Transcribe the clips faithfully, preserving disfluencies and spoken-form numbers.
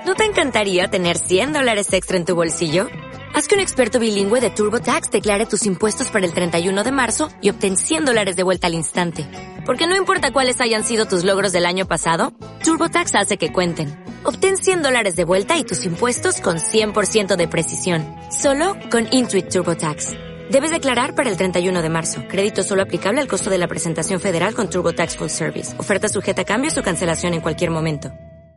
¿No te encantaría tener cien dólares extra en tu bolsillo? Haz que un experto bilingüe de TurboTax declare tus impuestos para el treinta y uno de marzo y obtén cien dólares de vuelta al instante. Porque no importa cuáles hayan sido tus logros del año pasado, TurboTax hace que cuenten. Obtén cien dólares de vuelta y tus impuestos con cien por ciento de precisión. Solo con Intuit TurboTax. Debes declarar para el treinta y uno de marzo. Crédito solo aplicable al costo de la presentación federal con TurboTax Full Service. Oferta sujeta a cambios o cancelación en cualquier momento.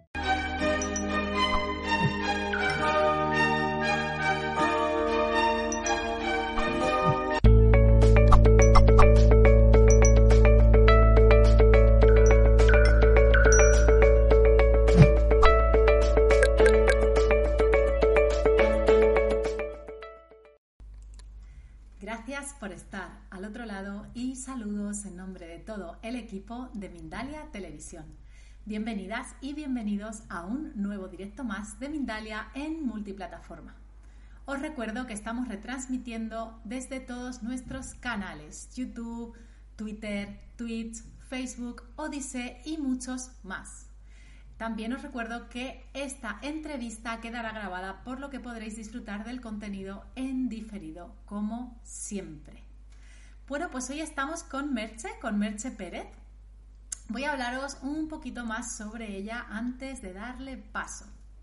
Gracias por estar al otro lado y saludos en nombre de todo el equipo de Mindalia Televisión. Bienvenidas y bienvenidos a un nuevo directo más de Mindalia en multiplataforma. Os recuerdo que estamos retransmitiendo desde todos nuestros canales: YouTube, Twitter, Twitch, Facebook, Odisee y muchos más. También os recuerdo que esta entrevista quedará grabada, por lo que podréis disfrutar del contenido en diferido, como siempre. Bueno, pues hoy estamos con Merche, con Merche Pérez. Voy a hablaros un poquito más sobre ella antes de darle paso.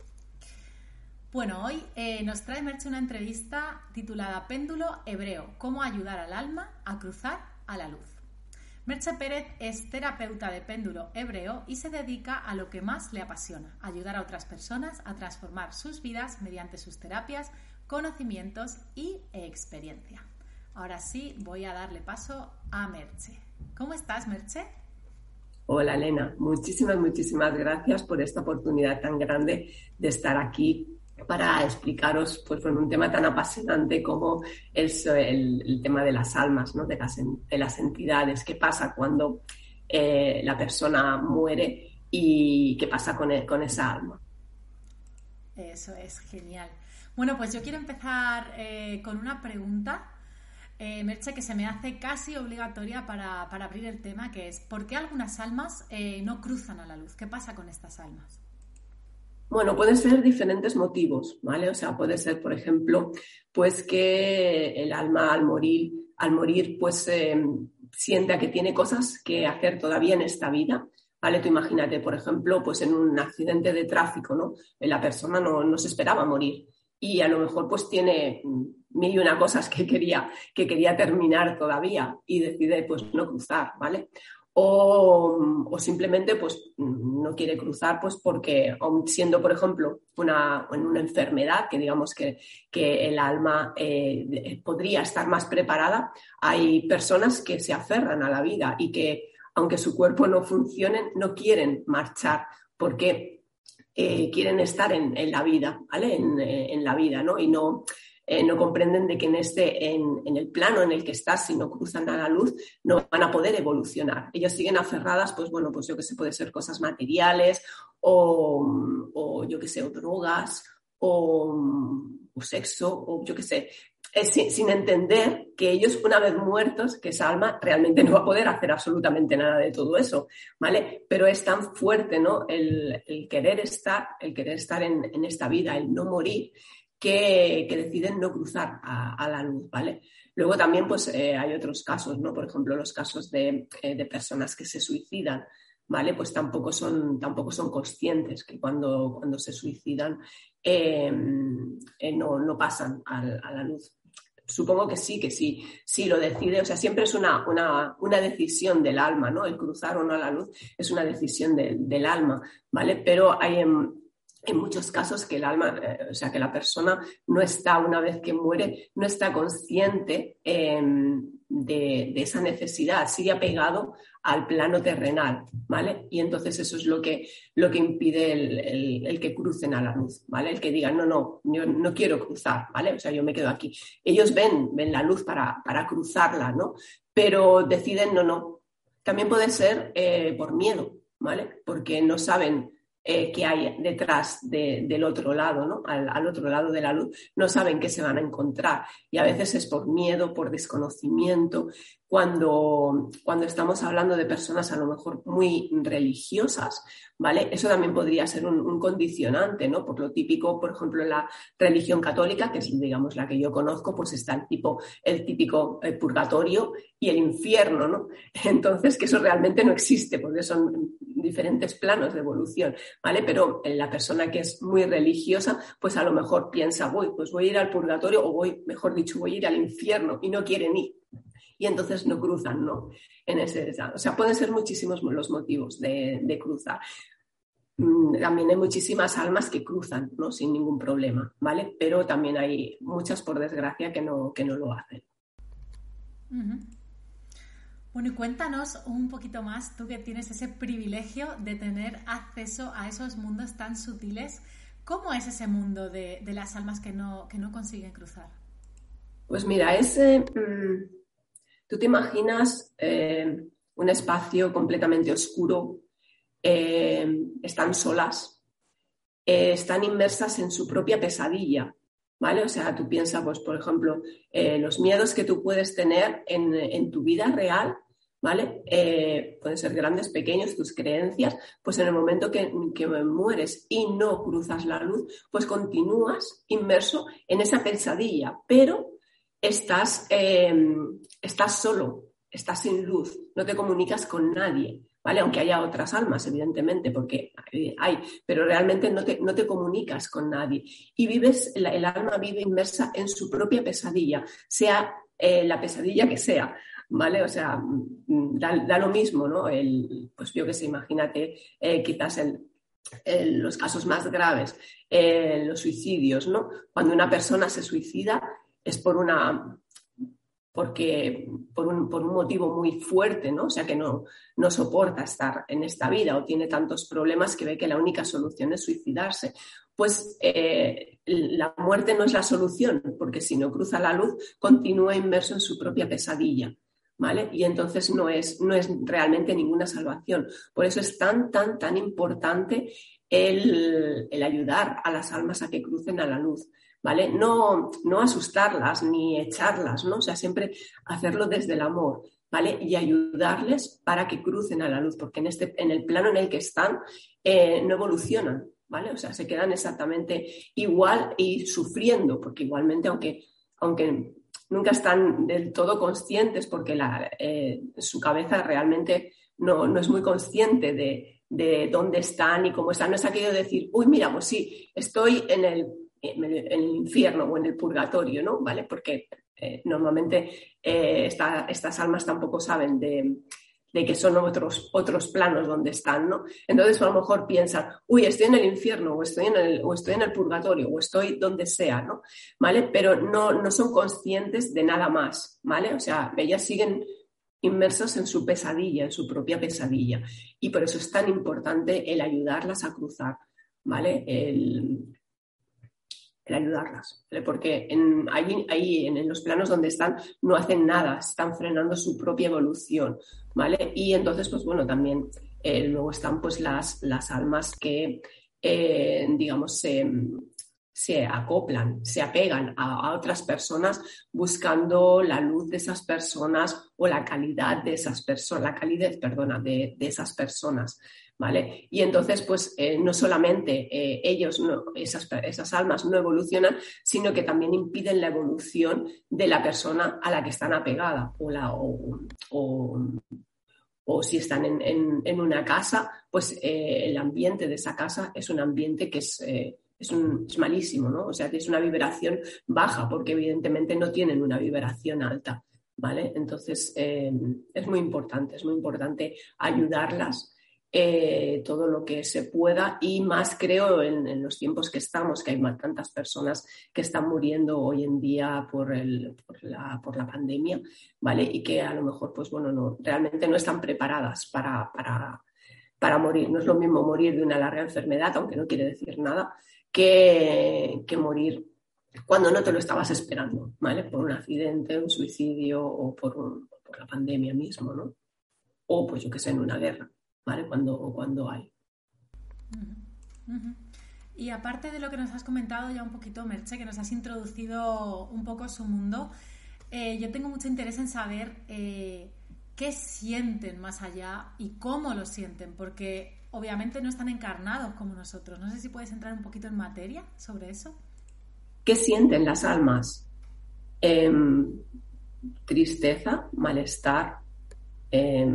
Bueno, hoy eh, nos trae Merche una entrevista titulada Péndulo Hebreo: cómo ayudar al alma a cruzar a la luz. Merche Pérez es terapeuta de péndulo hebreo y se dedica a lo que más le apasiona: ayudar a otras personas a transformar sus vidas mediante sus terapias, conocimientos y experiencia. Ahora sí, voy a darle paso a Merche. ¿Cómo estás, Merche? Hola, Elena. Muchísimas, muchísimas gracias por esta oportunidad tan grande de estar aquí para explicaros pues, bueno, un tema tan apasionante como es el, el tema de las almas, ¿no? de, las, de las entidades. ¿Qué pasa cuando eh, la persona muere y qué pasa con, el, con esa alma? Eso es genial. Bueno, pues yo quiero empezar eh, con una pregunta, eh, Merche, que se me hace casi obligatoria para, para abrir el tema, que es: ¿por qué algunas almas eh, no cruzan a la luz? ¿Qué pasa con estas almas? Bueno, pueden ser diferentes motivos, ¿vale? O sea, puede ser, por ejemplo, pues que el alma al morir, al morir, pues eh, sienta que tiene cosas que hacer todavía en esta vida, ¿vale? Tú imagínate, por ejemplo, pues en un accidente de tráfico, ¿no? La persona no, no se esperaba morir y a lo mejor pues tiene mil y una cosas que quería, que quería terminar todavía y decide pues no cruzar, ¿vale? O, o simplemente pues no quiere cruzar pues porque siendo por ejemplo una, una enfermedad que digamos que, que el alma eh, podría estar más preparada, hay personas que se aferran a la vida y que aunque su cuerpo no funcione no quieren marchar porque eh, quieren estar en, en la vida, ¿vale? En, en la vida, ¿no? Y no... Eh, no comprenden de que en, este, en, en el plano en el que estás, si no cruzan a la luz, no van a poder evolucionar. Ellos siguen aferradas, pues bueno, pues yo que sé, puede ser cosas materiales o, o yo que sé, o drogas o, o sexo o yo que sé, es, sin, sin entender que ellos una vez muertos, que esa alma realmente no va a poder hacer absolutamente nada de todo eso, ¿vale? Pero es tan fuerte, ¿no? El, el querer estar, el querer estar en, en esta vida, el no morir, Que, que deciden no cruzar a, a la luz, ¿vale? Luego también pues eh, hay otros casos, ¿no? Por ejemplo, los casos de, eh, de personas que se suicidan, ¿vale? Pues tampoco son, tampoco son conscientes que cuando, cuando se suicidan eh, eh, no, no pasan a, a la luz. Supongo que sí, que sí, sí lo decide, o sea, siempre es una, una, una decisión del alma, ¿no? El cruzar o no a la luz es una decisión de, del alma, ¿vale? Pero hay en En muchos casos que el alma, eh, o sea, que la persona no está, una vez que muere, no está consciente eh, de, de esa necesidad, sigue apegado al plano terrenal, ¿vale? Y entonces eso es lo que, lo que impide el, el, el que crucen a la luz, ¿vale? El que digan, no, no, yo no quiero cruzar, ¿vale? O sea, yo me quedo aquí. Ellos ven, ven la luz para, para cruzarla, ¿no? Pero deciden, no, no. También puede ser eh, por miedo, ¿vale? Porque no saben Eh, que hay detrás de, del otro lado, ¿no? Al, al otro lado de la luz, no saben qué se van a encontrar y a veces es por miedo, por desconocimiento, cuando, cuando estamos hablando de personas a lo mejor muy religiosas, ¿vale? Eso también podría ser un, un condicionante, ¿no? Por lo típico, por ejemplo, en la religión católica, que es, digamos, la que yo conozco, pues está el, tipo, el típico el purgatorio y el infierno, ¿no? Entonces, que eso realmente no existe, porque son diferentes planos de evolución, ¿vale? Pero la persona que es muy religiosa, pues a lo mejor piensa, voy, pues voy a ir al purgatorio o voy, mejor dicho, voy a ir al infierno y no quieren ir. Y entonces no cruzan, ¿no? En ese, o sea, pueden ser muchísimos los motivos de, de cruzar. También hay muchísimas almas que cruzan, ¿no? Sin ningún problema, ¿vale? Pero también hay muchas, por desgracia, que no, que no lo hacen. Uh-huh. Bueno, y cuéntanos un poquito más, tú que tienes ese privilegio de tener acceso a esos mundos tan sutiles, ¿cómo es ese mundo de, de las almas que no, que no consiguen cruzar? Pues mira, es... Eh, mmm... Tú te imaginas eh, un espacio completamente oscuro, eh, están solas, eh, están inmersas en su propia pesadilla, ¿vale? O sea, tú piensas, pues, por ejemplo, eh, los miedos que tú puedes tener en, en tu vida real, ¿vale? Eh, pueden ser grandes, pequeños, tus creencias, pues en el momento que, que mueres y no cruzas la luz, pues continúas inmerso en esa pesadilla, pero estás, eh, estás solo, estás sin luz, no te comunicas con nadie, ¿vale? Aunque haya otras almas, evidentemente, porque hay, pero realmente no te, no te comunicas con nadie. Y vives, el, el alma vive inmersa en su propia pesadilla, sea eh, la pesadilla que sea, ¿vale? O sea, da, da lo mismo, ¿no? El, pues yo que sé, imagínate, eh, quizás el, el, los casos más graves, eh, los suicidios, ¿no? Cuando una persona se suicida, es por una porque por un, por un motivo muy fuerte, ¿no? O sea, que no, no soporta estar en esta vida o tiene tantos problemas que ve que la única solución es suicidarse. Pues eh, la muerte no es la solución, porque si no cruza la luz, continúa inmerso en su propia pesadilla, ¿vale? Y entonces no es, no es realmente ninguna salvación. Por eso es tan, tan, tan importante el, el ayudar a las almas a que crucen a la luz, ¿vale? No, no asustarlas ni echarlas, ¿no? O sea, siempre hacerlo desde el amor, ¿vale? Y ayudarles para que crucen a la luz, porque en, este, en el plano en el que están eh, no evolucionan, ¿vale? O sea, se quedan exactamente igual y sufriendo, porque igualmente, aunque, aunque nunca están del todo conscientes, porque la, eh, su cabeza realmente no, no es muy consciente de, de dónde están y cómo están. No es aquello de decir, uy, mira, pues sí, estoy en el en el infierno o en el purgatorio, ¿no? ¿Vale? Porque eh, normalmente eh, esta, estas almas tampoco saben de, de que son otros, otros planos donde están, ¿no? Entonces a lo mejor piensan, uy, estoy en el infierno o estoy en el, o estoy en el purgatorio o estoy donde sea, ¿no? ¿Vale? Pero no, no son conscientes de nada más, ¿vale? O sea, ellas siguen inmersos en su pesadilla, en su propia pesadilla. Y por eso es tan importante el ayudarlas a cruzar, ¿vale? El, el ayudarlas, ¿vale? Porque en, ahí, ahí en, en los planos donde están no hacen nada, están frenando su propia evolución, ¿vale? Y entonces, pues bueno, también eh, luego están pues las, las almas que, eh, digamos, se, se acoplan, se apegan a, a otras personas buscando la luz de esas personas o la calidad de esas personas, la calidez, perdona, de, de esas personas, ¿vale? Y entonces, pues eh, no solamente eh, ellos, no, esas, esas almas no evolucionan, sino que también impiden la evolución de la persona a la que están apegadas o, la, o, o, o si están en, en, en una casa, pues eh, el ambiente de esa casa es un ambiente que es... Eh, Es, un, es malísimo, ¿no? O sea, que es una vibración baja porque evidentemente no tienen una vibración alta, ¿vale? Entonces, eh, es muy importante, es muy importante ayudarlas eh, todo lo que se pueda y más creo en, en los tiempos que estamos, que hay más, tantas personas que están muriendo hoy en día por, el, por, la, por la pandemia, ¿vale? Y que a lo mejor, pues bueno, no, realmente no están preparadas para, para, para morir. No es lo mismo morir de una larga enfermedad, aunque no quiere decir nada, Que, que morir cuando no te lo estabas esperando, ¿vale? Por un accidente, un suicidio o por, un, por la pandemia mismo, ¿no? O pues yo que sé, en una guerra, ¿vale? Cuando, cuando hay. Uh-huh. Uh-huh. Y aparte de lo que nos has comentado ya un poquito, Merche, que nos has introducido un poco su mundo, eh, yo tengo mucho interés en saber eh, qué sienten más allá y cómo lo sienten, porque obviamente no están encarnados como nosotros. No sé si puedes entrar un poquito en materia sobre eso. ¿Qué sienten las almas? Eh, tristeza, malestar, eh,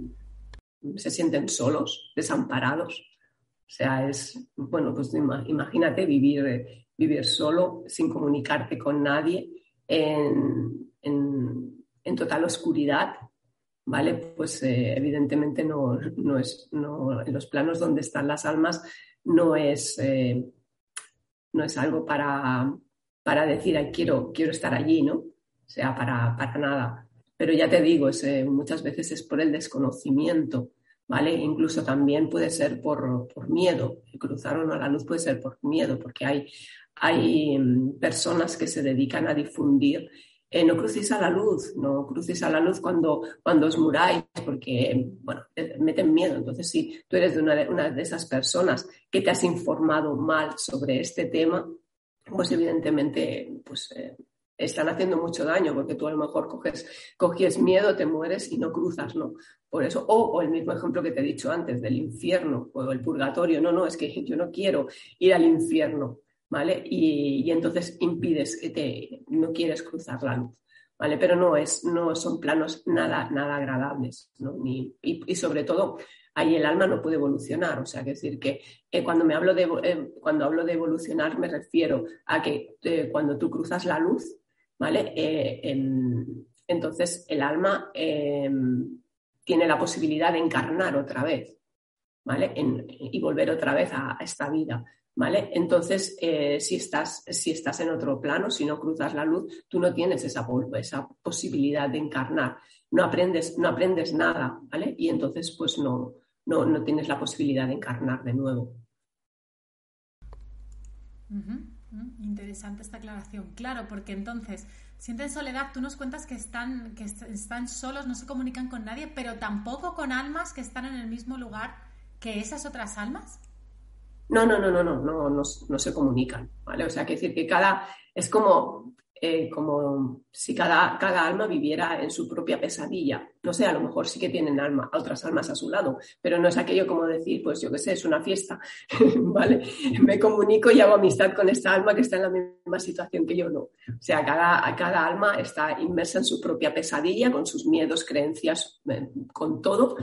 se sienten solos, desamparados. O sea, es, bueno, pues imagínate vivir, vivir solo, sin comunicarte con nadie, en, en, en total oscuridad, ¿vale? Pues eh, evidentemente no, no es, no, en los planos donde están las almas no es, eh, no es algo para, para decir, ay, quiero, quiero estar allí, ¿no? O sea, para, para nada. Pero ya te digo, es, eh, muchas veces es por el desconocimiento, ¿vale? Incluso también puede ser por, por miedo. El cruzar o no a la luz puede ser por miedo, porque hay, hay personas que se dedican a difundir eh, no crucéis a la luz, no crucéis a la luz cuando, cuando os muráis, porque, bueno, meten miedo. Entonces, si tú eres de una, de una de esas personas que te has informado mal sobre este tema, pues evidentemente, pues... Eh, están haciendo mucho daño, porque tú a lo mejor coges, coges miedo, te mueres y no cruzas, ¿no? Por eso, o, o el mismo ejemplo que te he dicho antes del infierno o el purgatorio, no, no, es que yo no quiero ir al infierno, ¿vale? Y, y entonces impides que te, no quieres cruzar la luz, ¿vale? Pero no es, no son planos nada, nada agradables, ¿no? Ni, y, y sobre todo, ahí el alma no puede evolucionar, o sea, que decir que eh, cuando me hablo de, eh, cuando hablo de evolucionar me refiero a que eh, cuando tú cruzas la luz, ¿vale? Eh, en, entonces el alma eh, tiene la posibilidad de encarnar otra vez, ¿vale? En, y volver otra vez a, a esta vida, ¿vale? Entonces, eh, si, estás, si estás en otro plano, si no cruzas la luz, tú no tienes esa, esa posibilidad de encarnar, no aprendes, no aprendes nada, ¿vale? Y entonces, pues no, no, no tienes la posibilidad de encarnar de nuevo. Uh-huh. Interesante esta aclaración. Claro, porque entonces sienten soledad. Tú nos cuentas que están, que est- están solos, no se comunican con nadie, pero tampoco con almas que están en el mismo lugar que esas otras almas. No, no, no, no, no, no, no, no se comunican, ¿vale? O sea, que decir que cada, es como, eh, como si cada, cada alma viviera en su propia pesadilla. No sé, a lo mejor sí que tienen alma, otras almas a su lado, pero no es aquello como decir, pues yo qué sé, es una fiesta, ¿vale? Me comunico y hago amistad con esta alma que está en la misma situación que yo, no. O sea, cada, cada alma está inmersa en su propia pesadilla, con sus miedos, creencias, con todo.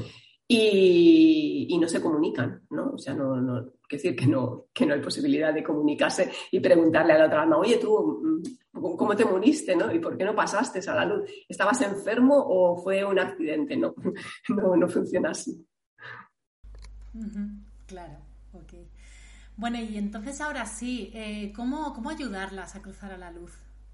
Y, y no se comunican, ¿no? O sea, no, no, quiero decir que no, que no hay posibilidad de comunicarse y preguntarle a la otra alma, oye, tú, ¿cómo te moriste, no? ¿Y por qué no pasaste a la luz? ¿Estabas enfermo o fue un accidente? No, no, no funciona así. Uh-huh. Claro, ok. Bueno, y entonces ahora sí, eh, ¿cómo, cómo ayudarlas a cruzar a la luz?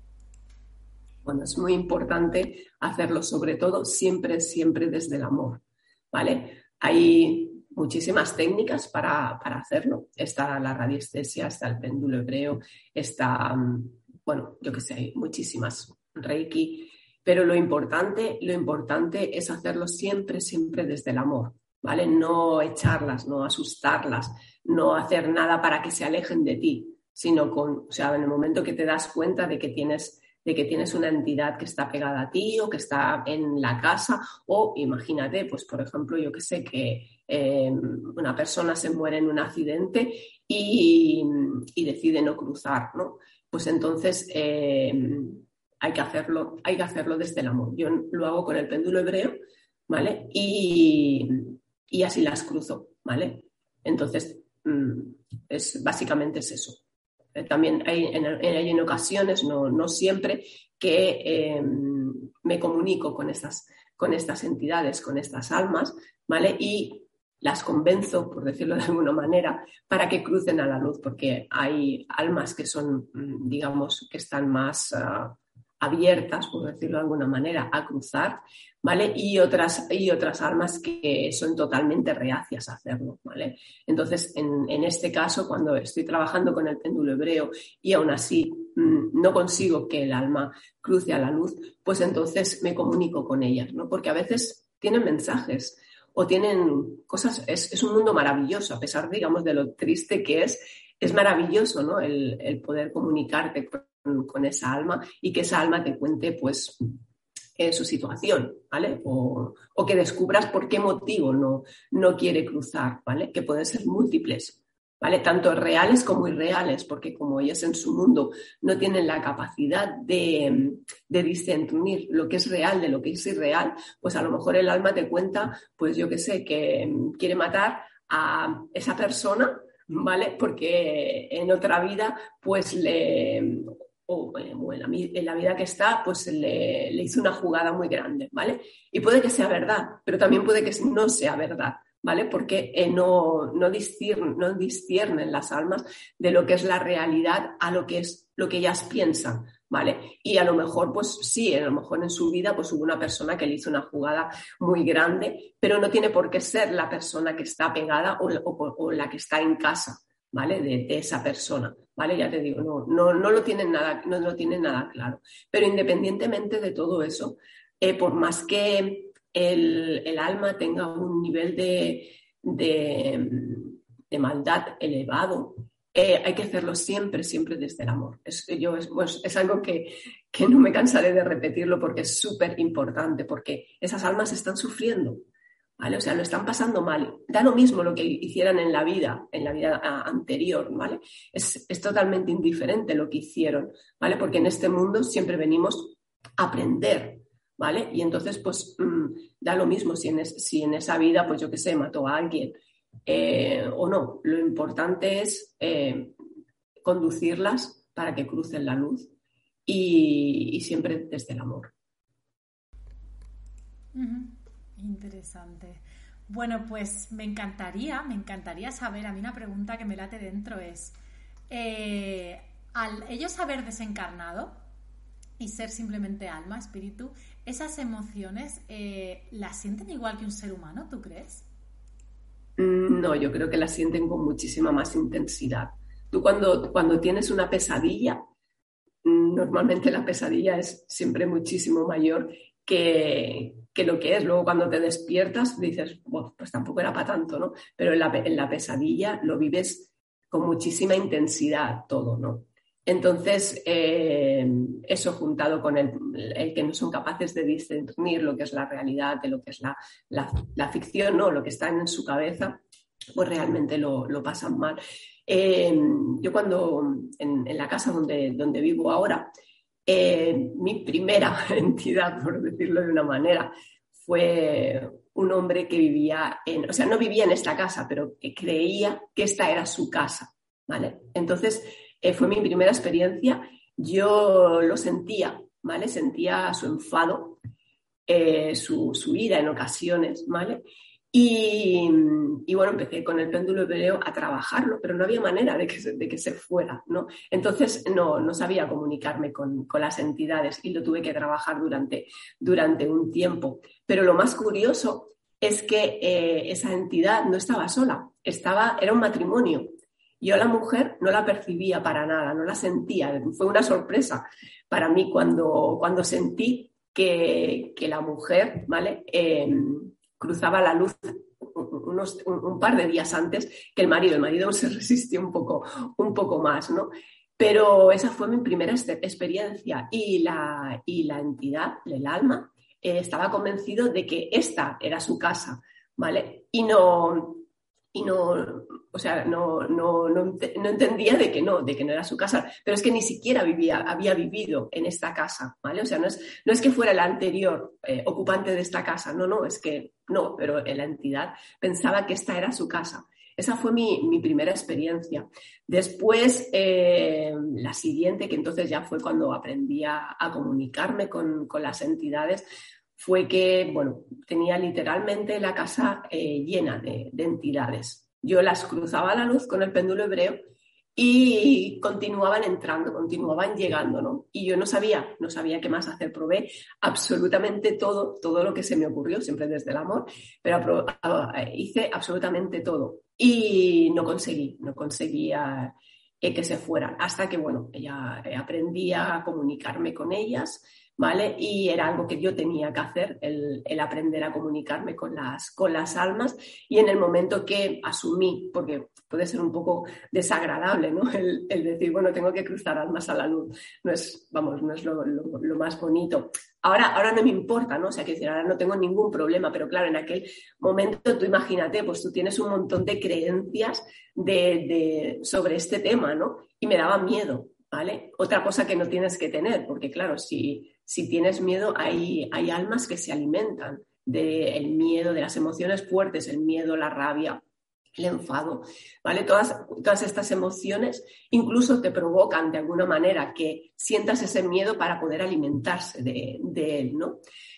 Bueno, es muy importante hacerlo, sobre todo, siempre, siempre desde el amor, ¿vale? Hay muchísimas técnicas para, para hacerlo. Está la radiestesia, está el péndulo hebreo, está, bueno, yo qué sé, hay muchísimas, Reiki, pero lo importante, lo importante es hacerlo siempre, siempre desde el amor, ¿vale? No echarlas, no asustarlas, no hacer nada para que se alejen de ti, sino con, o sea, en el momento que te das cuenta de que tienes de que tienes una entidad que está pegada a ti o que está en la casa, o imagínate, pues por ejemplo, yo que sé, que eh, una persona se muere en un accidente y, y decide no cruzar, ¿no? Pues entonces eh, hay que hacerlo, hay que hacerlo desde el amor. Yo lo hago con el péndulo hebreo, ¿vale? Y, y así las cruzo, ¿vale? Entonces, es, básicamente es eso. También hay en, hay en ocasiones, no, no siempre, que eh, me comunico con estas, con estas entidades, con estas almas, ¿vale? Y las convenzo, por decirlo de alguna manera, para que crucen a la luz, porque hay almas que son, digamos, que están más uh, abiertas, por decirlo de alguna manera, a cruzar, ¿vale? Y otras, y otras almas que son totalmente reacias a hacerlo, ¿vale? Entonces, en, en este caso, cuando estoy trabajando con el péndulo hebreo y aún así mmm, no consigo que el alma cruce a la luz, pues entonces me comunico con ellas, ¿no? Porque a veces tienen mensajes o tienen cosas, es, es un mundo maravilloso, a pesar, digamos, de lo triste que es, es maravilloso, ¿no? El, el poder comunicarte con con esa alma y que esa alma te cuente pues eh, su situación, ¿vale? O, o que descubras por qué motivo no, no quiere cruzar, ¿vale? Que pueden ser múltiples, ¿vale? Tanto reales como irreales, porque como ellos en su mundo no tienen la capacidad de, de discernir lo que es real de lo que es irreal, pues a lo mejor el alma te cuenta, pues yo qué sé, que quiere matar a esa persona, ¿vale? Porque en otra vida, pues le... o en la, en la vida que está, pues le, le hizo una jugada muy grande, ¿vale? Y puede que sea verdad, pero también puede que no sea verdad, ¿vale? Porque eh, no, no, disciernen, no disciernen las almas de lo que es la realidad a lo que es lo que ellas piensan, ¿vale? Y a lo mejor, pues sí, a lo mejor en su vida pues hubo una persona que le hizo una jugada muy grande, pero no tiene por qué ser la persona que está pegada o, o, o la que está en casa, ¿vale? De, de esa persona, ¿vale? Ya te digo, no, no, no, lo tienen nada, no lo tienen nada claro. Pero independientemente de todo eso, eh, por más que el, el alma tenga un nivel de, de, de maldad elevado, eh, hay que hacerlo siempre, siempre desde el amor. Es, yo, es, pues, es algo que, que no me cansaré de repetirlo porque es súper importante, porque esas almas están sufriendo, ¿vale? O sea, lo están pasando mal. Da lo mismo lo que hicieran en la vida, en la vida anterior, ¿vale? Es, es totalmente indiferente lo que hicieron, ¿vale? Porque en este mundo siempre venimos a aprender, ¿vale? Y entonces, pues, mmm, da lo mismo si en, es, si en esa vida, pues yo qué sé, mató a alguien eh, o no. Lo importante es eh, conducirlas para que crucen la luz y, y siempre desde el amor. Uh-huh. Interesante. Bueno, pues me encantaría, me encantaría saber, a mí una pregunta que me late dentro es, eh, al ellos haber desencarnado y ser simplemente alma, espíritu, ¿esas emociones eh, las sienten igual que un ser humano, tú crees? No, yo creo que las sienten con muchísima más intensidad. Tú cuando, cuando tienes una pesadilla, normalmente la pesadilla es siempre muchísimo mayor que, que lo que es. Luego cuando te despiertas dices, bueno, pues tampoco era para tanto, ¿no? Pero en la, en la pesadilla lo vives con muchísima intensidad todo, ¿no? Entonces, eh, eso juntado con el, el que no son capaces de discernir lo que es la realidad de lo que es la, la, la ficción, ¿no? Lo que está en su cabeza, pues realmente lo, lo pasan mal. Eh, yo cuando, en, en la casa donde, donde vivo ahora, eh, mi primera entidad, por decirlo de una manera, fue un hombre que vivía en, o sea, no vivía en esta casa, pero que creía que esta era su casa, ¿vale? Entonces, eh, fue mi primera experiencia, yo lo sentía, ¿vale? Sentía su enfado, eh, su, su ira en ocasiones, ¿vale? Y, y bueno, empecé con el péndulo hebreo a trabajarlo, pero no había manera de que se, de que se fuera, ¿no? Entonces no, no sabía comunicarme con, con las entidades y lo tuve que trabajar durante, durante un tiempo. Pero lo más curioso es que eh, esa entidad no estaba sola, estaba, era un matrimonio. Yo a la mujer no la percibía para nada, no la sentía. Fue una sorpresa para mí cuando, cuando sentí que, que la mujer, ¿vale? Eh, cruzaba la luz unos, un, un par de días antes que el marido. El marido se resistió un poco, un poco más, ¿no? Pero esa fue mi primera experiencia y la, y la entidad, el alma, eh, estaba convencido de que esta era su casa, ¿vale? Y no... y no, o sea, no, no, no, no entendía de que no, de que no era su casa, pero es que ni siquiera vivía, había vivido en esta casa, ¿vale? O sea, no es, no es que fuera el anterior eh, ocupante de esta casa, no, no, es que no, pero la entidad pensaba que esta era su casa. Esa fue mi, mi primera experiencia. Después, eh, la siguiente, que entonces ya fue cuando aprendí a, a comunicarme con, con las entidades, fue que, bueno, tenía literalmente la casa eh, llena de, de entidades. Yo las cruzaba a la luz con el péndulo hebreo y continuaban entrando, continuaban llegando, ¿no? Y yo no sabía, no sabía qué más hacer. Probé absolutamente todo, todo lo que se me ocurrió, siempre desde el amor, pero hice absolutamente todo. Y no conseguí, no conseguía eh, que se fueran. Hasta que, bueno, ya aprendí a comunicarme con ellas, ¿vale? Y era algo que yo tenía que hacer, el, el aprender a comunicarme con las, con las almas, y en el momento que asumí, porque puede ser un poco desagradable, ¿no? El, el decir, bueno, tengo que cruzar almas a la luz, no es, vamos, no es lo, lo, lo más bonito. Ahora, ahora no me importa, ¿no? O sea, que decir, ahora no tengo ningún problema, pero claro, en aquel momento tú imagínate, pues tú tienes un montón de creencias de, de, sobre este tema, ¿no? Y me daba miedo, ¿vale? Otra cosa que no tienes que tener, porque claro, si, si tienes miedo, hay, hay almas que se alimentan del miedo, de las emociones fuertes, el miedo, la rabia, el enfado, ¿vale? Todas, todas estas emociones incluso te provocan de alguna manera que sientas ese miedo para poder alimentarse de, de él, ¿no?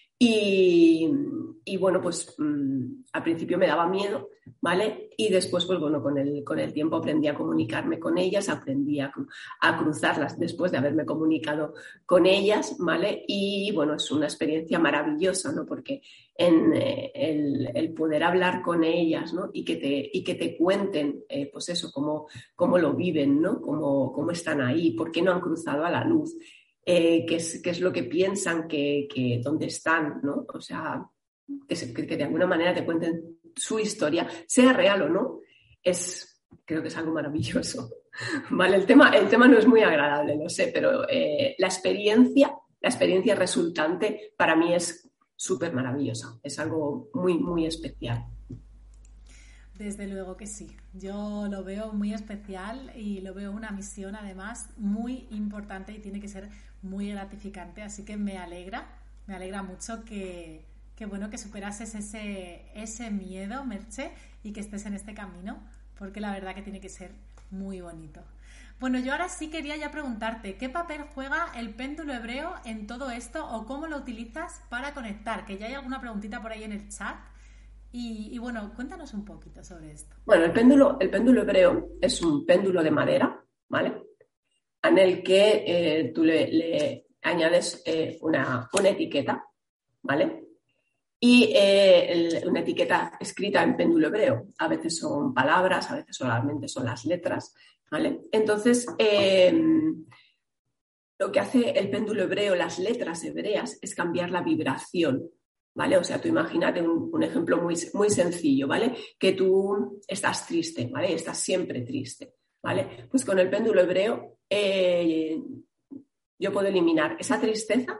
Y, y bueno, pues mmm, al principio me daba miedo, ¿vale? Y después, pues bueno, con el, con el tiempo aprendí a comunicarme con ellas, aprendí a, a cruzarlas después de haberme comunicado con ellas, ¿vale? Y bueno, es una experiencia maravillosa, ¿no? Porque en eh, el, el poder hablar con ellas, ¿no? Y que te, y que te cuenten, eh, pues eso, cómo, cómo lo viven, ¿no? Cómo, cómo están ahí, por qué no han cruzado a la luz. Eh, qué, es, qué es lo que piensan, que, que dónde están, ¿no? O sea, que, se, que, que de alguna manera te cuenten su historia, sea real o no, es, creo que es algo maravilloso. Vale, el tema, el tema no es muy agradable, lo sé, pero eh, la experiencia, la experiencia resultante para mí es súper maravillosa, es algo muy, muy especial. Desde luego que sí, yo lo veo muy especial y lo veo una misión además muy importante y tiene que ser muy gratificante, así que me alegra, me alegra mucho que, que bueno, que superases ese, ese miedo, Merche, y que estés en este camino, porque la verdad que tiene que ser muy bonito. Bueno, yo ahora sí quería ya preguntarte, ¿qué papel juega el péndulo hebreo en todo esto o cómo lo utilizas para conectar? Que ya hay alguna preguntita por ahí en el chat. Y, y bueno, cuéntanos un poquito sobre esto. Bueno, el péndulo, el péndulo hebreo es un péndulo de madera, ¿vale? En el que eh, tú le, le añades eh, una, una etiqueta, ¿vale? Y eh, el, una etiqueta escrita en péndulo hebreo. A veces son palabras, a veces solamente son las letras, ¿vale? Entonces, eh, lo que hace el péndulo hebreo, las letras hebreas, es cambiar la vibración, ¿vale? O sea, tú imagínate un, un ejemplo muy, muy sencillo, ¿vale? Que tú estás triste, ¿vale? Estás siempre triste, ¿vale? Pues con el péndulo hebreo eh, yo puedo eliminar esa tristeza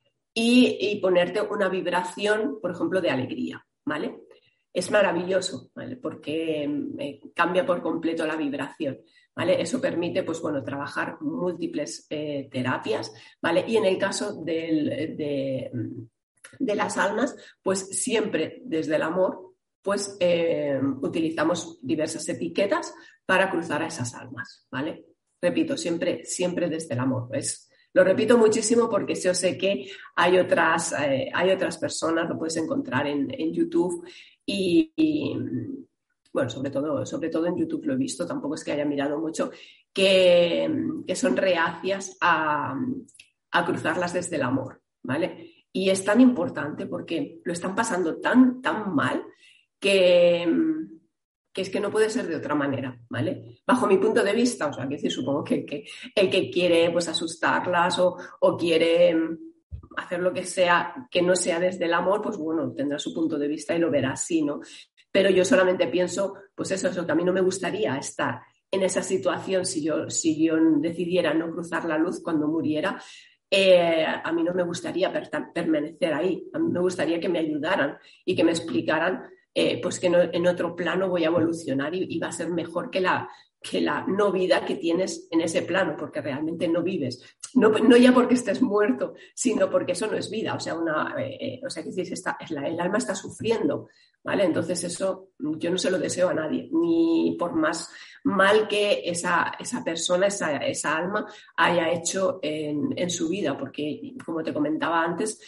y, y ponerte una vibración, por ejemplo, de alegría, ¿vale? Es maravilloso, ¿vale? Porque eh, cambia por completo la vibración, ¿vale? Eso permite, pues bueno, trabajar múltiples eh, terapias, ¿vale? Y en el caso del, de, de las almas, pues siempre desde el amor, pues eh, utilizamos diversas etiquetas para cruzar a esas almas, ¿vale? Repito, siempre, siempre desde el amor. Es, lo repito muchísimo porque yo sé que hay otras, eh, hay otras personas, lo puedes encontrar en, en YouTube y, y bueno, sobre todo, sobre todo en YouTube lo he visto, tampoco es que haya mirado mucho, que, que son reacias a, a cruzarlas desde el amor, ¿vale? Y es tan importante porque lo están pasando tan, tan mal que, que es que no puede ser de otra manera, ¿vale? Bajo mi punto de vista, o sea, que decir, supongo que, que el que quiere pues asustarlas o, o quiere hacer lo que sea que no sea desde el amor, pues bueno, tendrá su punto de vista y lo verá así, ¿no? Pero yo solamente pienso, pues eso, eso, que a mí no me gustaría estar en esa situación si yo, si yo decidiera no cruzar la luz cuando muriera. Eh, a mí no me gustaría per- permanecer ahí, a mí me gustaría que me ayudaran y que me explicaran eh, pues que no, en otro plano voy a evolucionar y, y va a ser mejor que la, que la no vida que tienes en ese plano, porque realmente no vives. No, no ya porque estés muerto, sino porque eso no es vida. O sea, una, eh, o sea que dices, está, la, el alma está sufriendo, ¿vale? Entonces eso yo no se lo deseo a nadie, ni por más mal que esa, esa persona, esa, esa alma haya hecho en, en su vida, porque como te comentaba antes,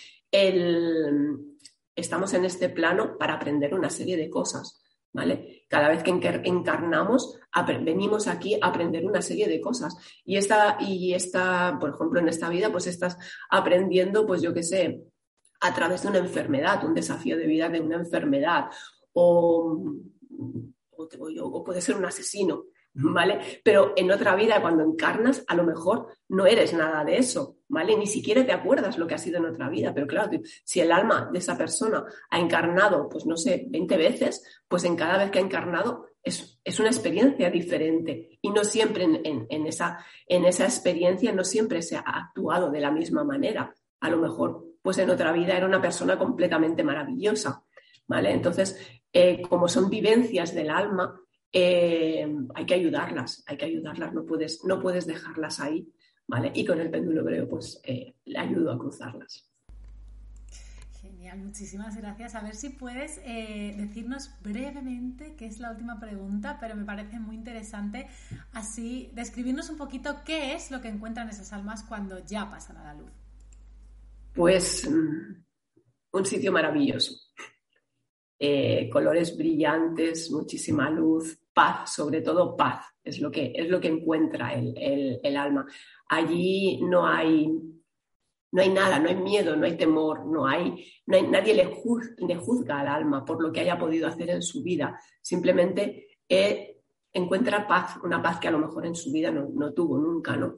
el, estamos en este plano para aprender una serie de cosas, ¿vale? Cada vez que encarnamos, venimos aquí a aprender una serie de cosas. Y esta, y esta, por ejemplo, en esta vida, pues estás aprendiendo, pues yo qué sé, a través de una enfermedad, un desafío de vida de una enfermedad, o, o, o puede ser un asesino, ¿vale? Pero en otra vida, cuando encarnas, a lo mejor no eres nada de eso, ¿vale? Ni siquiera te acuerdas lo que ha sido en otra vida, pero claro, si el alma de esa persona ha encarnado, pues no sé, veinte veces, pues en cada vez que ha encarnado es, es una experiencia diferente y no siempre en, en, en, esa, en esa experiencia no siempre se ha actuado de la misma manera. A lo mejor, pues en otra vida era una persona completamente maravillosa, ¿vale? Entonces, eh, como son vivencias del alma, eh, hay que ayudarlas, hay que ayudarlas, no puedes, no puedes dejarlas ahí, ¿vale? Y con el péndulo hebreo, pues eh, le ayudo a cruzarlas. Genial, muchísimas gracias. A ver si puedes eh, decirnos brevemente, que es la última pregunta, pero me parece muy interesante, así describirnos un poquito qué es lo que encuentran esas almas cuando ya pasan a la luz. Pues un sitio maravilloso. Eh, colores brillantes, muchísima luz, paz, sobre todo paz, es lo que, es lo que encuentra el, el, el alma. Allí no hay, no hay nada, no hay miedo, no hay temor, no hay, no hay nadie le, juz, le juzga al alma por lo que haya podido hacer en su vida. Simplemente eh, encuentra paz, una paz que a lo mejor en su vida no, no tuvo nunca, ¿no?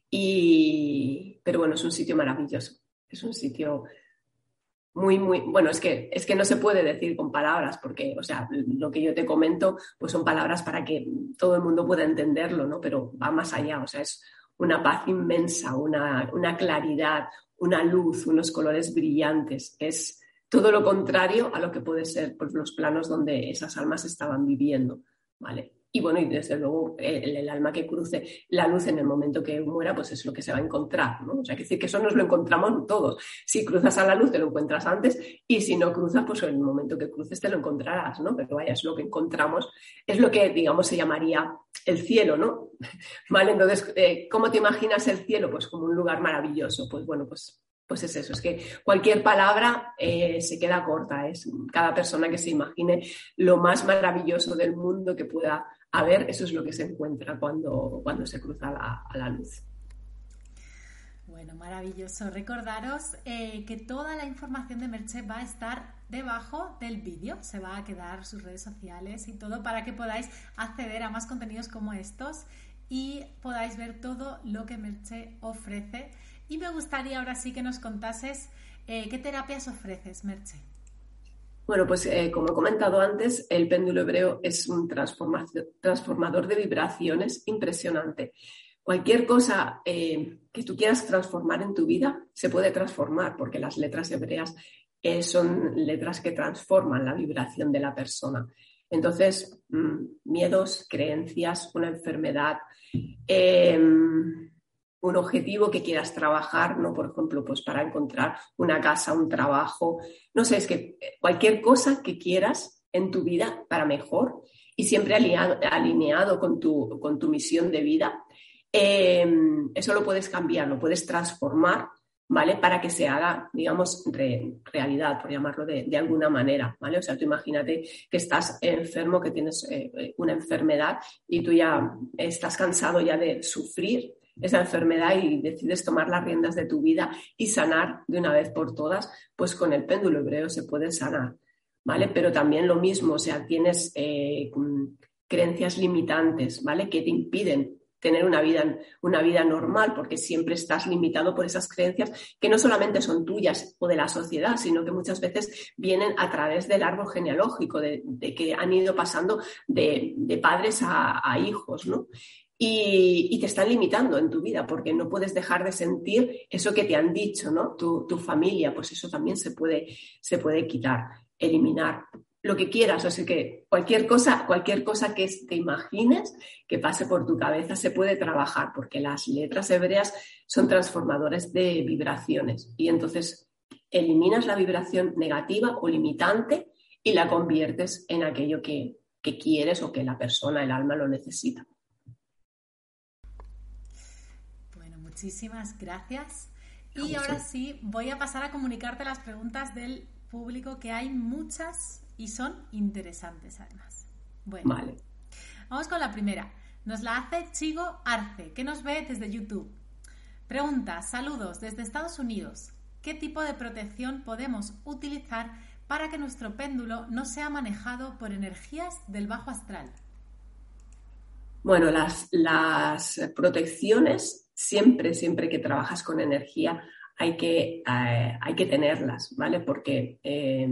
Y, pero bueno, es un sitio maravilloso, es un sitio muy, muy, bueno, es que, es que no se puede decir con palabras, porque, o sea, lo que yo te comento, pues son palabras para que todo el mundo pueda entenderlo, ¿no? Pero va más allá, o sea, es una paz inmensa, una, una claridad, una luz, unos colores brillantes, es todo lo contrario a lo que puede ser pues, los planos donde esas almas estaban viviendo, ¿vale? Y bueno, y desde luego el, el alma que cruce la luz en el momento que muera, pues es lo que se va a encontrar, ¿no? O sea, que decir que eso nos lo encontramos todos. Si cruzas a la luz te lo encuentras antes y si no cruzas, pues en el momento que cruces te lo encontrarás, ¿no? Pero vaya, es lo que encontramos, es lo que, digamos, se llamaría el cielo, ¿no? ¿Vale? Entonces, eh, ¿cómo te imaginas el cielo? Pues como un lugar maravilloso. Pues bueno, pues... Pues es eso, es que cualquier palabra eh, se queda corta, es cada persona que se imagine lo más maravilloso del mundo que pueda haber, eso es lo que se encuentra cuando, cuando se cruza la, a la luz. Bueno, maravilloso. Recordaros eh, que toda la información de Merche va a estar debajo del vídeo, se va a quedar sus redes sociales y todo para que podáis acceder a más contenidos como estos y podáis ver todo lo que Merche ofrece. Y me gustaría ahora sí que nos contases eh, qué terapias ofreces, Merche. Bueno, pues eh, como he comentado antes, el péndulo hebreo es un transformador de vibraciones impresionante. Cualquier cosa eh, que tú quieras transformar en tu vida se puede transformar porque las letras hebreas eh, son letras que transforman la vibración de la persona. Entonces, mmm, miedos, creencias, una enfermedad, eh, un objetivo que quieras trabajar, ¿no? Por ejemplo, pues para encontrar una casa, un trabajo, no sé, es que cualquier cosa que quieras en tu vida para mejor y siempre alineado, alineado con, tu, con tu misión de vida, eh, eso lo puedes cambiar, lo puedes transformar, ¿vale? Para que se haga, digamos, re, realidad, por llamarlo de, de alguna manera, ¿vale? O sea, tú imagínate que estás enfermo, que tienes eh, una enfermedad y tú ya estás cansado ya de sufrir esa enfermedad y decides tomar las riendas de tu vida y sanar de una vez por todas, pues con el péndulo hebreo se puede sanar, ¿vale? Pero también lo mismo, o sea, tienes eh, creencias limitantes, ¿vale? Que te impiden tener una vida, una vida normal, porque siempre estás limitado por esas creencias que no solamente son tuyas o de la sociedad, sino que muchas veces vienen a través del árbol genealógico, de, de que han ido pasando de, de padres a, a hijos, ¿no? Y, y te están limitando en tu vida porque no puedes dejar de sentir eso que te han dicho, ¿no? Tu, tu familia, pues eso también se puede, se puede quitar, eliminar, lo que quieras. O sea que cualquier cosa, cualquier cosa que te imagines que pase por tu cabeza se puede trabajar porque las letras hebreas son transformadores de vibraciones y entonces eliminas la vibración negativa o limitante y la conviertes en aquello que, que quieres o que la persona, el alma lo necesita. Muchísimas gracias. Y ahora sí, voy a pasar a comunicarte las preguntas del público, que hay muchas y son interesantes además. Bueno, vale. Vamos con la primera. Nos la hace Chigo Arce, que nos ve desde YouTube. Pregunta: saludos desde Estados Unidos. ¿Qué tipo de protección podemos utilizar para que nuestro péndulo no sea manejado por energías del bajo astral? Bueno, las, las protecciones, siempre, siempre que trabajas con energía, hay que, eh, hay que tenerlas, ¿vale? Porque eh,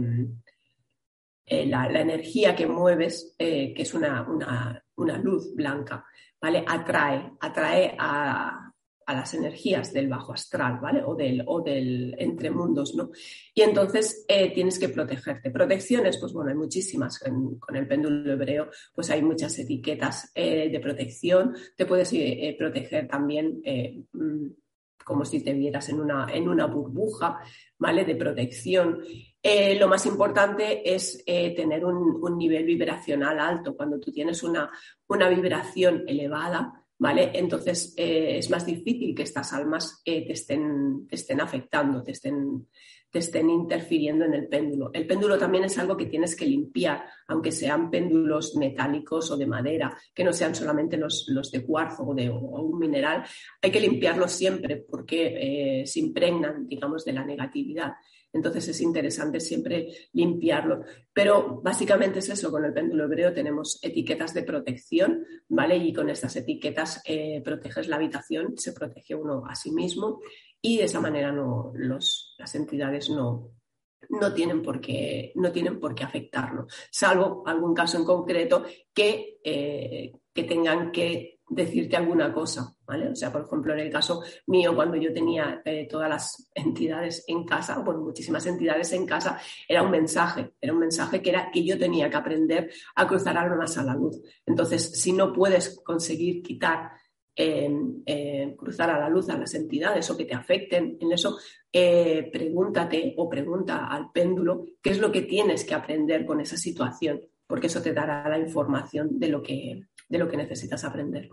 eh, la, la energía que mueves, eh, que es una, una, una luz blanca, ¿vale? Atrae, atrae a, a las energías del bajo astral, ¿vale? O del, o del entremundos, ¿no? Y entonces eh, tienes que protegerte. Protecciones, pues bueno, hay muchísimas. En, con el péndulo hebreo, pues hay muchas etiquetas eh, de protección. Te puedes eh, proteger también eh, como si te vieras en una, en una burbuja, ¿vale? De protección. Eh, lo más importante es eh, tener un, un nivel vibracional alto. Cuando tú tienes una, una vibración elevada, ¿vale? Entonces eh, es más difícil que estas almas eh, te, estén, te estén afectando, te estén, te estén interfiriendo en el péndulo. El péndulo también es algo que tienes que limpiar, aunque sean péndulos metálicos o de madera, que no sean solamente los, los de cuarzo o de o un mineral. Hay que limpiarlos siempre porque eh, se impregnan, digamos, de la negatividad. Entonces es interesante siempre limpiarlo. Pero básicamente es eso, con el péndulo hebreo tenemos etiquetas de protección, ¿vale? Y con estas etiquetas eh, proteges la habitación, se protege uno a sí mismo y de esa manera no, los, las entidades no, no, tienen por qué, no tienen por qué afectarlo, salvo algún caso en concreto que, eh, que tengan que decirte alguna cosa, ¿vale? O sea, por ejemplo, en el caso mío, cuando yo tenía eh, todas las entidades en casa, bueno, muchísimas entidades en casa, era un mensaje, era un mensaje que era que yo tenía que aprender a cruzar almas a la luz. Entonces, si no puedes conseguir quitar, eh, eh, cruzar a la luz a las entidades o que te afecten en eso, eh, pregúntate o pregunta al péndulo qué es lo que tienes que aprender con esa situación, porque eso te dará la información de lo que, de lo que necesitas aprender.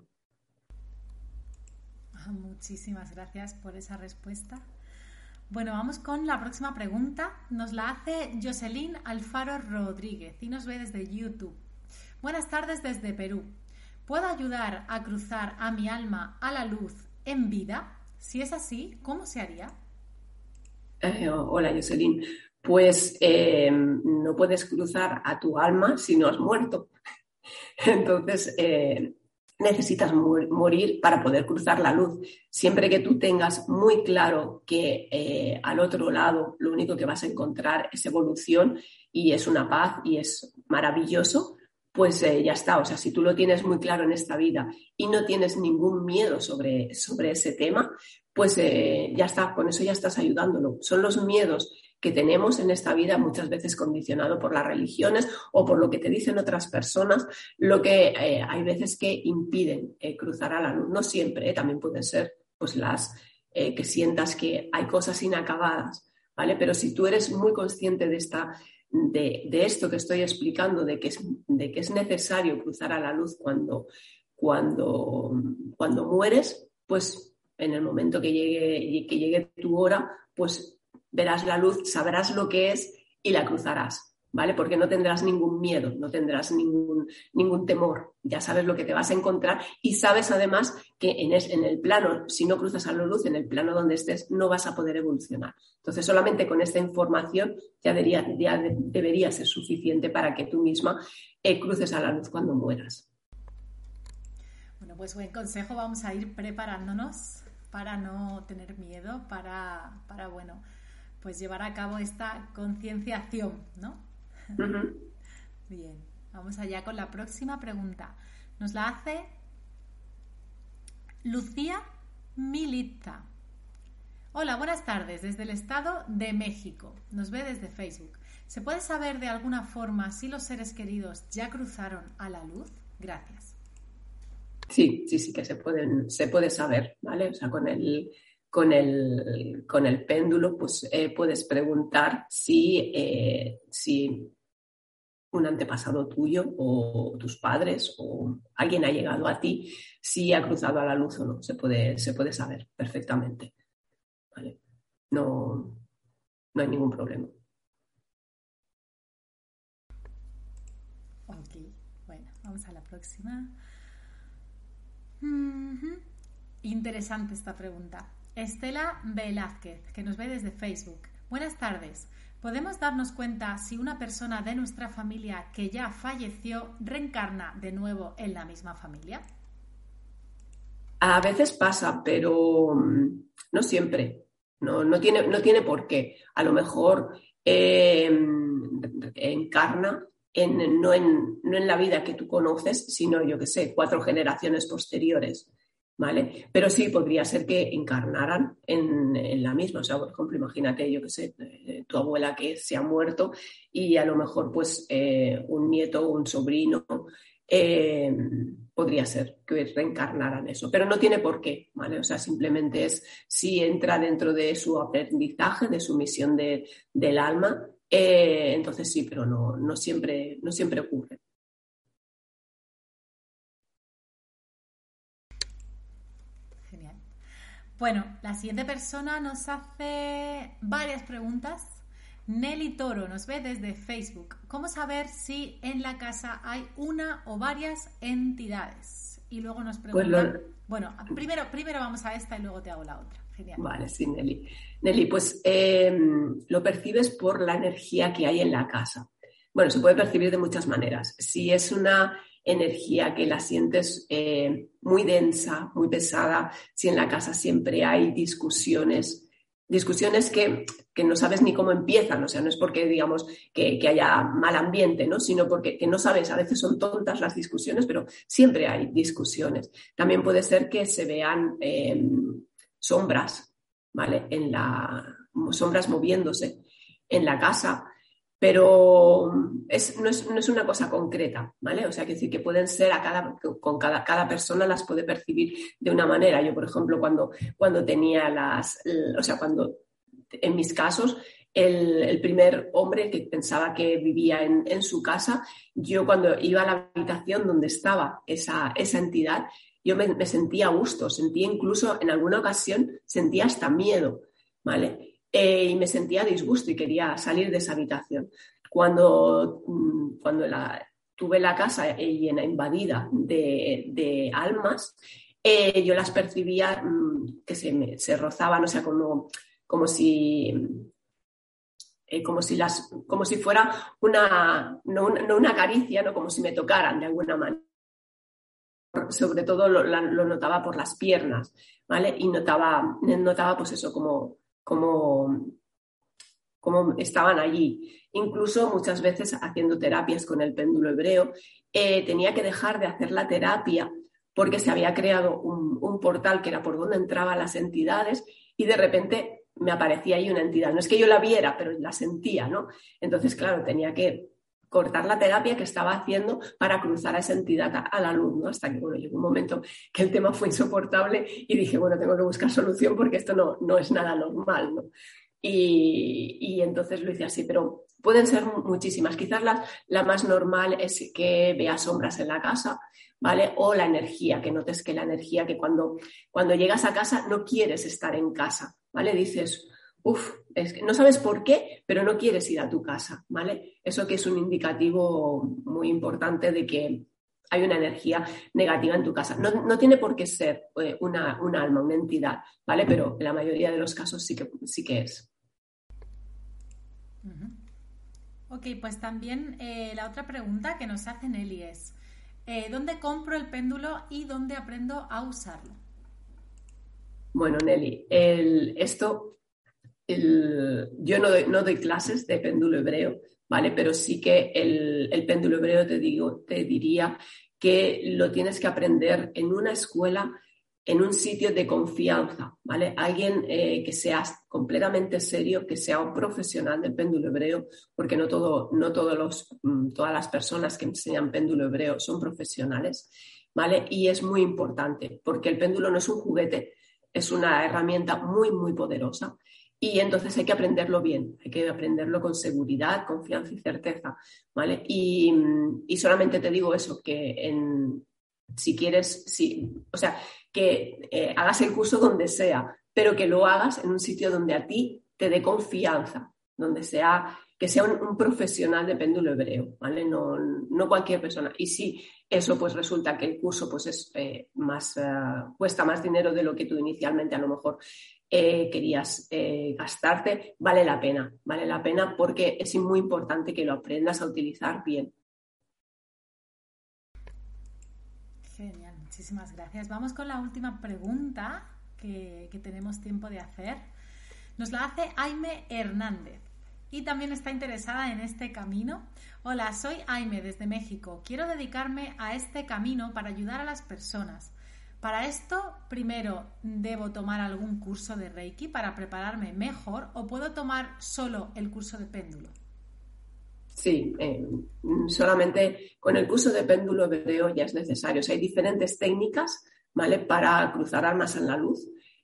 Muchísimas gracias por esa respuesta. Bueno, vamos con la próxima pregunta. Nos la hace Jocelyn Alfaro Rodríguez y nos ve desde YouTube. Buenas tardes desde Perú. ¿Puedo ayudar a cruzar a mi alma a la luz en vida? Si es así, ¿cómo se haría? Eh, hola, Jocelyn. Pues eh, no puedes cruzar a tu alma si no has muerto. Entonces, eh, necesitas morir para poder cruzar la luz. Siempre que tú tengas muy claro que eh, al otro lado lo único que vas a encontrar es evolución y es una paz y es maravilloso, pues eh, ya está. O sea, si tú lo tienes muy claro en esta vida y no tienes ningún miedo sobre, sobre ese tema, pues eh, ya está, con eso ya estás ayudándolo. Son los miedos que tenemos en esta vida, muchas veces condicionado por las religiones o por lo que te dicen otras personas, lo que eh, hay veces que impiden eh, cruzar a la luz. No siempre, eh, también pueden ser pues las eh, que sientas que hay cosas inacabadas, ¿vale? Pero si tú eres muy consciente de, esta, de, de esto que estoy explicando, de que, es, de que es necesario cruzar a la luz cuando, cuando, cuando mueres, pues en el momento que llegue, que llegue tu hora, pues verás la luz, sabrás lo que es y la cruzarás, ¿vale? Porque no tendrás ningún miedo, no tendrás ningún, ningún temor. Ya sabes lo que te vas a encontrar y sabes además que en, es, en el plano, si no cruzas a la luz, en el plano donde estés, no vas a poder evolucionar. Entonces, solamente con esta información ya debería, ya de, debería ser suficiente para que tú misma eh, cruces a la luz cuando mueras. Bueno, pues buen consejo. Vamos a ir preparándonos para no tener miedo, para, para bueno, pues llevar a cabo esta concienciación, ¿no? Uh-huh. Bien, vamos allá con la próxima pregunta. Nos la hace Lucía Militza. Hola, buenas tardes, desde el Estado de México. Nos ve desde Facebook. ¿Se puede saber de alguna forma si los seres queridos ya cruzaron a la luz? Gracias. Sí, sí, sí que se pueden, se puede saber, ¿vale? O sea, con el Con el, con el péndulo, pues eh, puedes preguntar si, eh, si un antepasado tuyo o tus padres o alguien ha llegado a ti, si ha cruzado a la luz o no. Se puede, se puede saber perfectamente, ¿vale? No, no hay ningún problema. Ok, bueno, vamos a la próxima. Mm-hmm. Interesante esta pregunta. Estela Velázquez, que nos ve desde Facebook. Buenas tardes. ¿Podemos darnos cuenta si una persona de nuestra familia que ya falleció reencarna de nuevo en la misma familia? A veces pasa, pero mm, no siempre. No, no tiene, no tiene por qué. A lo mejor eh, encarna en, no, en, no en la vida que tú conoces, sino, yo qué sé, cuatro generaciones posteriores, ¿vale? Pero sí podría ser que encarnaran en, en la misma. O sea, por ejemplo, imagínate, yo qué sé, eh, tu abuela que se ha muerto y a lo mejor pues eh, un nieto o un sobrino eh, podría ser que reencarnaran eso, pero no tiene por qué, ¿vale? O sea, simplemente es si entra dentro de su aprendizaje, de su misión de, del alma, eh, entonces sí, pero no, no, siempre, no siempre ocurre. Genial. Bueno, la siguiente persona nos hace varias preguntas. Nelly Toro nos ve desde Facebook. ¿Cómo saber si en la casa hay una o varias entidades? Y luego nos pregunta... Pues lo... Bueno, primero, primero vamos a esta y luego te hago la otra. Genial. Vale, sí, Nelly. Nelly, pues eh, lo percibes por la energía que hay en la casa. Bueno, se puede percibir de muchas maneras. Si es una energía que la sientes eh, muy densa, muy pesada, si en la casa siempre hay discusiones, discusiones que, que no sabes ni cómo empiezan, o sea, no es porque digamos que, que haya mal ambiente, ¿no? Sino porque que no sabes, a veces son tontas las discusiones, pero siempre hay discusiones. También puede ser que se vean eh, sombras, ¿vale? En la, sombras moviéndose en la casa, pero es, no, es, no es una cosa concreta, ¿vale? O sea, que decir que pueden ser a cada, con cada, cada persona las puede percibir de una manera. Yo, por ejemplo, cuando, cuando tenía las, o sea, cuando en mis casos, el, el primer hombre que pensaba que vivía en, en su casa, yo cuando iba a la habitación donde estaba esa, esa entidad, yo me, me sentía a gusto, sentía incluso, en alguna ocasión, sentía hasta miedo, ¿vale? Eh, y me sentía disgusto y quería salir de esa habitación. Cuando, cuando la, tuve la casa llena, invadida de, de almas, eh, yo las percibía mmm, que se, me, se rozaban, o sea, como, como si... Eh, como, si las, como si fuera una, no, una, no una caricia, ¿no? Como si me tocaran de alguna manera. Sobre todo lo, lo notaba por las piernas, ¿vale? Y notaba, notaba pues eso, como, como, como estaban allí. Incluso muchas veces haciendo terapias con el péndulo hebreo, eh, tenía que dejar de hacer la terapia porque se había creado un, un portal que era por donde entraban las entidades y de repente me aparecía ahí una entidad. No es que yo la viera, pero la sentía, ¿no? Entonces, claro, tenía que cortar la terapia que estaba haciendo para cruzar a esa entidad a, a la luz, ¿no? Hasta que, bueno, llegó un momento que el tema fue insoportable y dije, bueno, tengo que buscar solución porque esto no, no es nada normal, ¿no? Y, y entonces lo hice así, pero pueden ser muchísimas. Quizás la, la más normal es que veas sombras en la casa, ¿vale? O la energía, que notes que la energía, que cuando, cuando llegas a casa no quieres estar en casa, ¿vale? Dices, uff, es que no sabes por qué, pero no quieres ir a tu casa, ¿vale? Eso que es un indicativo muy importante de que hay una energía negativa en tu casa. No, no tiene por qué ser eh, una, un alma, una entidad, ¿vale? Pero en la mayoría de los casos sí que, sí que es. Uh-huh. Ok, pues también eh, la otra pregunta que nos hace Nelly es eh, ¿dónde compro el péndulo y dónde aprendo a usarlo? Bueno, Nelly, el, esto, el, yo no doy, no doy clases de péndulo hebreo, ¿vale? Pero sí que el, el péndulo hebreo te digo, te diría que lo tienes que aprender en una escuela, en un sitio de confianza, ¿vale? Alguien eh, que sea completamente serio, que sea un profesional del péndulo hebreo, porque no, todo, no todos los, todas las personas que enseñan péndulo hebreo son profesionales, ¿vale? Y es muy importante, porque el péndulo no es un juguete, es una herramienta muy, muy poderosa. Y entonces hay que aprenderlo bien, hay que aprenderlo con seguridad, confianza y certeza, ¿vale? Y, y solamente te digo eso, que en, si quieres, si, o sea, que eh, hagas el curso donde sea, pero que lo hagas en un sitio donde a ti te dé confianza, donde sea, que sea un, un profesional de péndulo hebreo, ¿vale? No, no cualquier persona. Y si eso pues resulta que el curso pues es eh, más, uh, cuesta más dinero de lo que tú inicialmente a lo mejor Eh, querías eh, gastarte, vale la pena, vale la pena porque es muy importante que lo aprendas a utilizar bien. Genial, muchísimas gracias. Vamos con la última pregunta que, que tenemos tiempo de hacer. Nos la hace Aime Hernández y también está interesada en este camino. Hola, soy Aime desde México. Quiero dedicarme a este camino para ayudar a las personas. Para esto, primero, ¿debo tomar algún curso de Reiki para prepararme mejor o puedo tomar solo el curso de péndulo? Sí, eh, solamente con el curso de péndulo hebreo ya es necesario. O sea, hay diferentes técnicas, ¿vale?, para cruzar almas en la luz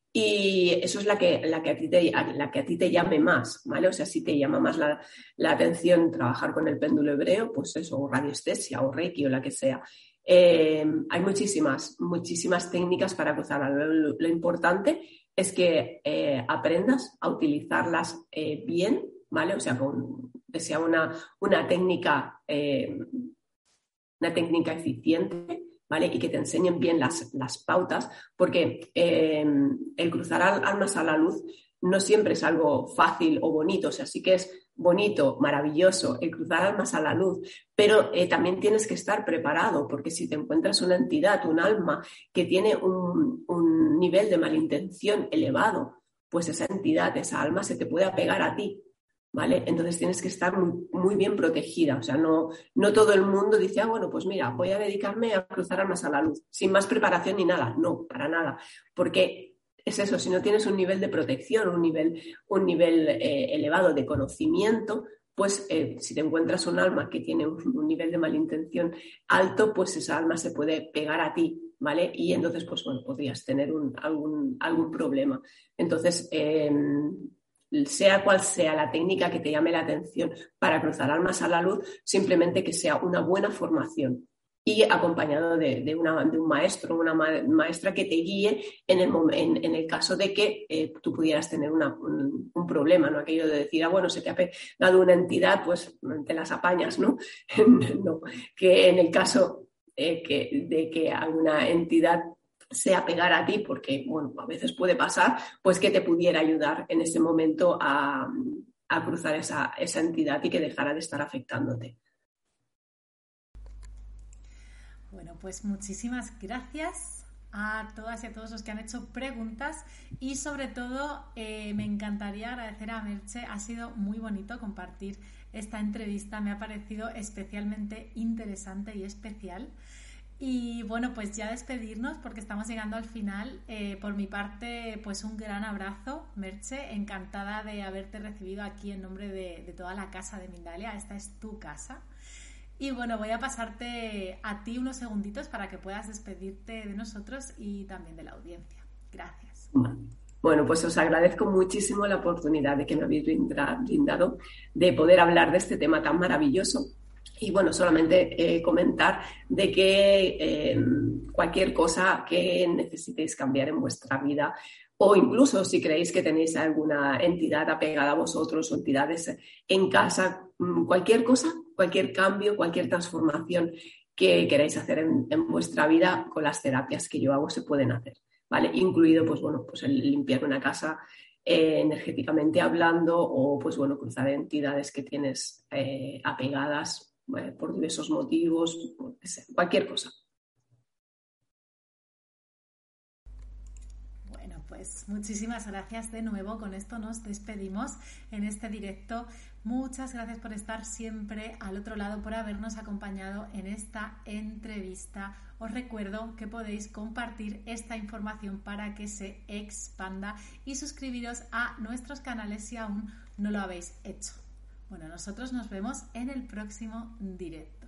y eso es la que, la que, a, ti te, la que a ti te llame más, ¿vale? O sea, si te llama más la, la atención trabajar con el péndulo hebreo, pues eso, o radiestesia o Reiki o la que sea. Eh, hay muchísimas, muchísimas técnicas para cruzar. Lo, lo importante es que eh, aprendas a utilizarlas eh, bien, ¿vale? O sea, con, que sea una, una técnica, eh, una técnica eficiente, ¿vale? Y que te enseñen bien las, las pautas, porque eh, el cruzar almas a la luz no siempre es algo fácil o bonito. O sea, sí que es bonito, maravilloso el cruzar almas a la luz, pero eh, también tienes que estar preparado, porque si te encuentras una entidad, un alma que tiene un, un nivel de malintención elevado, pues esa entidad, esa alma se te puede apegar a ti, ¿vale? Entonces tienes que estar muy, muy bien protegida. O sea, no, no todo el mundo dice, ah, bueno, pues mira, voy a dedicarme a cruzar almas a la luz, sin más preparación ni nada. No, para nada, porque es eso, si no tienes un nivel de protección, un nivel, un nivel eh, elevado de conocimiento, pues eh, si te encuentras un alma que tiene un, un nivel de malintención alto, pues esa alma se puede pegar a ti, ¿vale? Y entonces, pues bueno, podrías tener un, algún, algún problema. Entonces, eh, sea cual sea la técnica que te llame la atención para cruzar almas a la luz, simplemente que sea una buena formación y acompañado de, de, una, de un maestro o una ma- maestra que te guíe en el, en, en el caso de que eh, tú pudieras tener una, un, un problema, ¿no? Aquello de decir, ah, bueno, se te ha pegado una entidad, pues te las apañas, ¿no? No, que en el caso eh, que, de que alguna entidad se apegara a ti, porque, bueno, a veces puede pasar, pues que te pudiera ayudar en ese momento a, a cruzar esa, esa entidad y que dejara de estar afectándote. Bueno, pues muchísimas gracias a todas y a todos los que han hecho preguntas y sobre todo eh, me encantaría agradecer a Merche. Ha sido muy bonito compartir esta entrevista, me ha parecido especialmente interesante y especial. Y bueno, pues ya despedirnos porque estamos llegando al final. Eh, por mi parte, pues un gran abrazo, Merche, encantada de haberte recibido aquí en nombre de, de toda la casa de Mindalia. Esta es tu casa. Y bueno, voy a pasarte a ti unos segunditos para que puedas despedirte de nosotros y también de la audiencia. Gracias. Bueno, pues os agradezco muchísimo la oportunidad de que me habéis brindado de poder hablar de este tema tan maravilloso. Y bueno, solamente eh, comentar de que eh, cualquier cosa que necesitéis cambiar en vuestra vida, o incluso si creéis que tenéis alguna entidad apegada a vosotros o entidades en casa, cualquier cosa, cualquier cambio, cualquier transformación que queráis hacer en, en vuestra vida, con las terapias que yo hago se pueden hacer, ¿vale? Incluido, pues bueno, pues el limpiar una casa eh, energéticamente hablando, o pues bueno, cruzar entidades que tienes eh, apegadas eh, por diversos motivos, por que sea, cualquier cosa. Pues muchísimas gracias de nuevo. Con esto nos despedimos en este directo. Muchas gracias por estar siempre al otro lado, por habernos acompañado en esta entrevista. Os recuerdo que podéis compartir esta información para que se expanda y suscribiros a nuestros canales si aún no lo habéis hecho. Bueno, nosotros nos vemos en el próximo directo.